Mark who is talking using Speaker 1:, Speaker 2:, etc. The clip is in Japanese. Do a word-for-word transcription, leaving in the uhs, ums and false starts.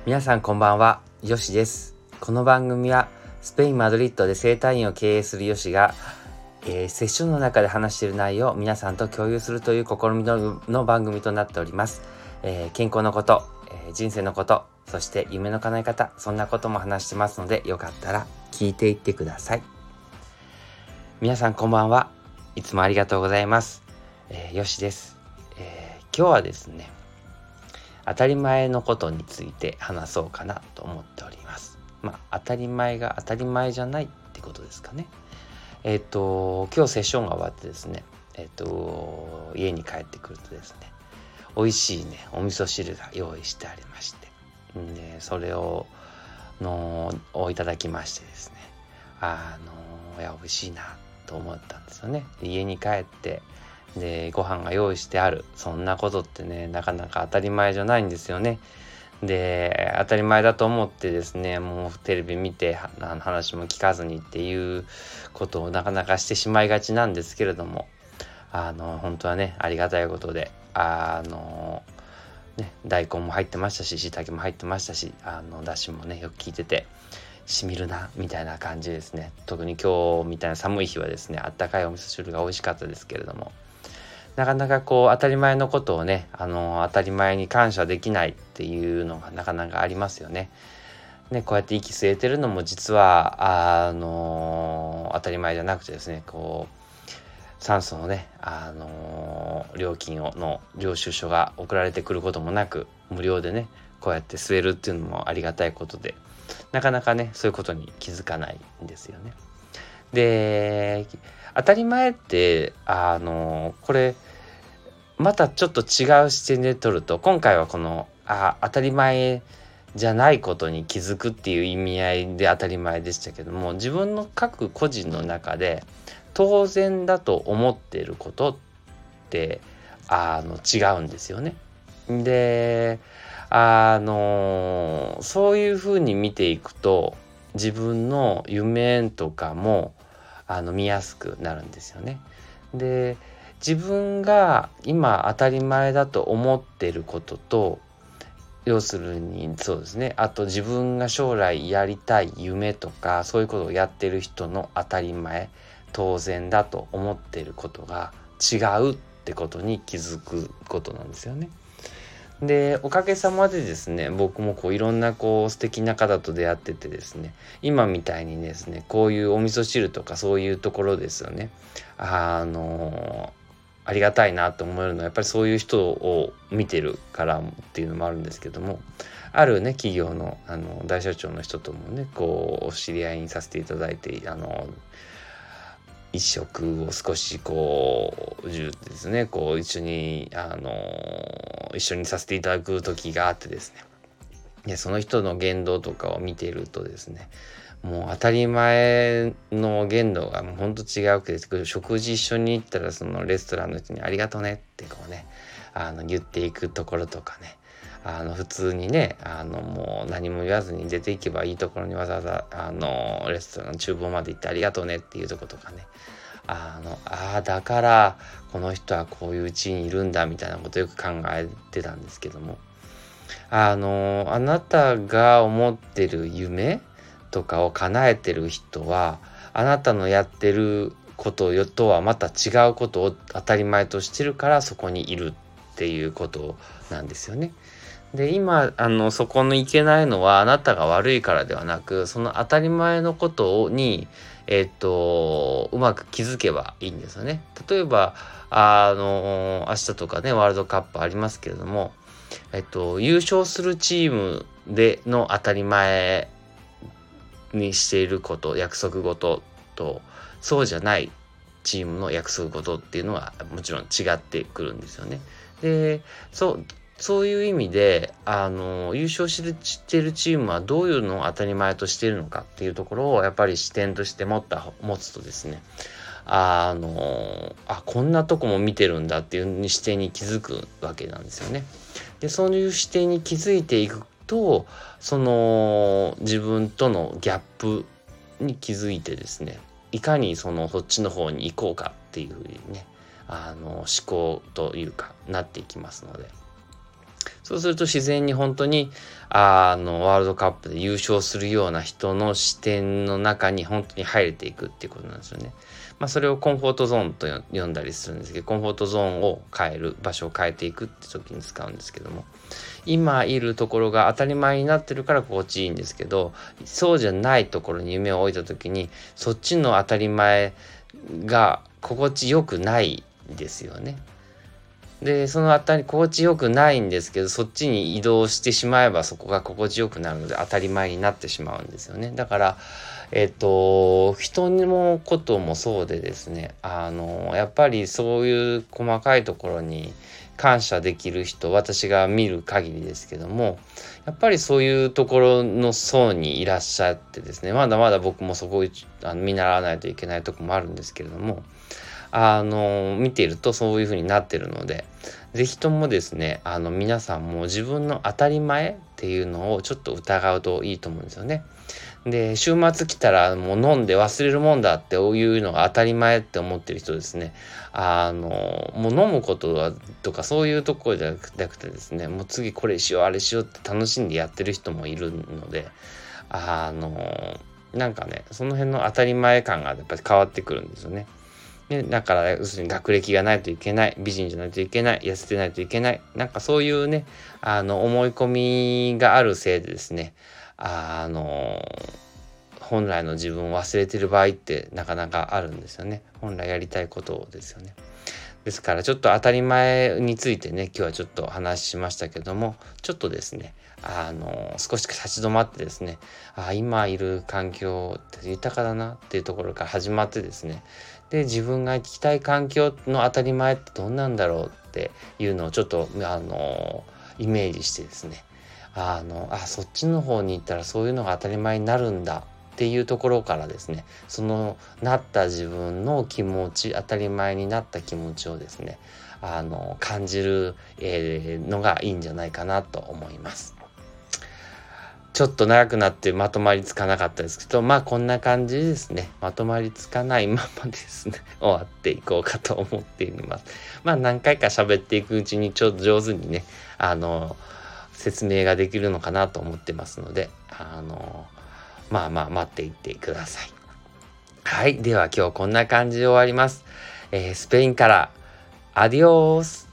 Speaker 1: 皆さんこんばんは、よしです。この番組はスペイン・マドリッドで整体院を経営するよしが、えー、セッションの中で話している内容を皆さんと共有するという試み の, の番組となっております。えー、健康のこと、えー、人生のこと、そして夢の叶え方、そんなことも話してますので、よかったら聞いていってください。皆さんこんばんは。いつもありがとうございます。えー、よしです、えー。今日はですね、当たり前のことについて話そうかなと思っております。まあ当たり前が当たり前じゃないってことですかね。えっ、ー、と今日セッションが終わってですね、えっ、ー、と家に帰ってくるとですね、美味しいねお味噌汁が用意してありまして、でそれをのをいただきましてですね、あのいや美味しいなと思ったんですよね。家に帰ってでご飯が用意してある、そんなことってねなかなか当たり前じゃないんですよね。で当たり前だと思ってですね、もうテレビ見て話も聞かずにっていうことをなかなかしてしまいがちなんですけれども、あの本当はねありがたいことで、あのね大根も入ってましたし、椎茸も入ってましたし、あのだしもねよく効いててしみるなみたいな感じですね。特に今日みたいな寒い日はですね、あったかいお味噌汁が美味しかったですけれども、なかなかこう当たり前のことをね、あの当たり前に感謝できないっていうのがなかなかありますよね。ね、こうやって息吸えてるのも実はあの当たり前じゃなくてですね、こう酸素のね、あの料金をの領収書が送られてくることもなく、無料でねこうやって吸えるっていうのもありがたいことで、なかなかねそういうことに気づかないんですよね。で当たり前ってあのこれまたちょっと違う視点で撮ると、今回はこのあ当たり前じゃないことに気づくっていう意味合いで当たり前でしたけども、自分の各個人の中で当然だと思っていることってあの違うんですよね。であのそういうふうに見ていくと、自分の夢とかもあの見やすくなるんですよね。で自分が今当たり前だと思っていることと、要するにそうですね、あと自分が将来やりたい夢とかそういうことをやってる人の当たり前、当然だと思っていることが違うってことに気づくことなんですよね。でおかげさまでですね、僕もこういろんなこう素敵な方と出会っててですね、今みたいにですねこういうお味噌汁とかそういうところですよね、あのありがたいなと思えるのはやっぱりそういう人を見てるからっていうのもあるんですけども、あるね企業のあの大社長の人ともねこうお知り合いにさせていただいて、あの一食を少しこうですねこう一緒にあの一緒にさせていただく時があってですね、でその人の言動とかを見ているとですね、もう当たり前の言動がもうほんと違うくて、食事一緒に行ったらそのレストランの人にありがとうねってこうねあの言っていくところとかね、あの普通にねあのもう何も言わずに出ていけばいいところにわざわざあのレストラン厨房まで行ってありがとうねっていうところとかね、あのあだからこの人はこういううちにいるんだみたいなことをよく考えてたんですけども、あのあなたが思ってる夢とかを叶えてる人は、あなたのやってることとはまた違うことを当たり前としてるからそこにいるっていうことなんですよね。で今あのそこに行けないのはあなたが悪いからではなく、その当たり前のことにえっとうまく気づけばいいんですよね。例えばあの明日とかねワールドカップありますけれども、えっと優勝するチームでの当たり前にしていること、約束事とそうじゃないチームの約束事っていうのはもちろん違ってくるんですよね。でそうそういう意味であの優勝しているチームはどういうのを当たり前としているのかっていうところをやっぱり視点として持った持つとですね、あのあこんなとこも見てるんだっていう視点に気づくわけなんですよね。でそういう視点に気づいていくと、その自分とのギャップに気づいてですね、いかにそのそっちの方に行こうかっていうふうにねあの思考というかなっていきますので、 そうすると自然に本当にあのワールドカップで優勝するような人の視点の中に本当に入れていくっていうことなんですよね。まあそれをコンフォートゾーンと呼んだりするんですけど、コンフォートゾーンを変える、場所を変えていくって時に使うんですけども、今いるところが当たり前になってるから心地いいんですけど、そうじゃないところに夢を置いた時にそっちの当たり前が心地よくないですよね。でその当たり心地よくないんですけど、そっちに移動してしまえばそこが心地よくなるので当たり前になってしまうんですよね。だからえっと人のこともそうでですね、あのやっぱりそういう細かいところに感謝できる人、私が見る限りですけども、やっぱりそういうところの層にいらっしゃってですね、まだまだ僕もそこをあの見習わないといけないとこもあるんですけれども、あの見ているとそういう風になってるので、ぜひともですね、あの皆さんも自分の当たり前っていうのをちょっと疑うといいと思うんですよね。で週末来たらもう飲んで忘れるもんだっていうのが当たり前って思ってる人ですね、あのもう飲むことはとかそういうところじゃなくてですね、もう次これしようあれしようって楽しんでやってる人もいるので、あのなんかね、その辺の当たり前感がやっぱり変わってくるんですよね。でだから要するに学歴がないといけない、美人じゃないといけない、痩せてないといけない、なんかそういうね、あの思い込みがあるせいでですね、あの本来の自分を忘れてる場合ってなかなかあるんですよね。本来やりたいことですよね。ですからちょっと当たり前についてね、今日はちょっとお話ししましたけども、ちょっとですね、あの少し立ち止まってですね、あ今いる環境って豊かだなっていうところから始まってですね、で自分が行きたい環境の当たり前ってどんなんだろうっていうのをちょっとあのイメージしてですね、あのあそっちの方に行ったらそういうのが当たり前になるんだっていうところからですね、そのなった自分の気持ち、当たり前になった気持ちをですね、あの感じる、えー、のがいいんじゃないかなと思います。ちょっと長くなってまとまりつかなかったですけど、まあこんな感じですね。まとまりつかないままですね終わっていこうかと思っています。まあ何回か喋っていくうちにちょっと上手にね、あの説明ができるのかなと思ってますので、あのまあまあ待っていってください。はい、では今日こんな感じで終わります。えー、スペインからアディオース。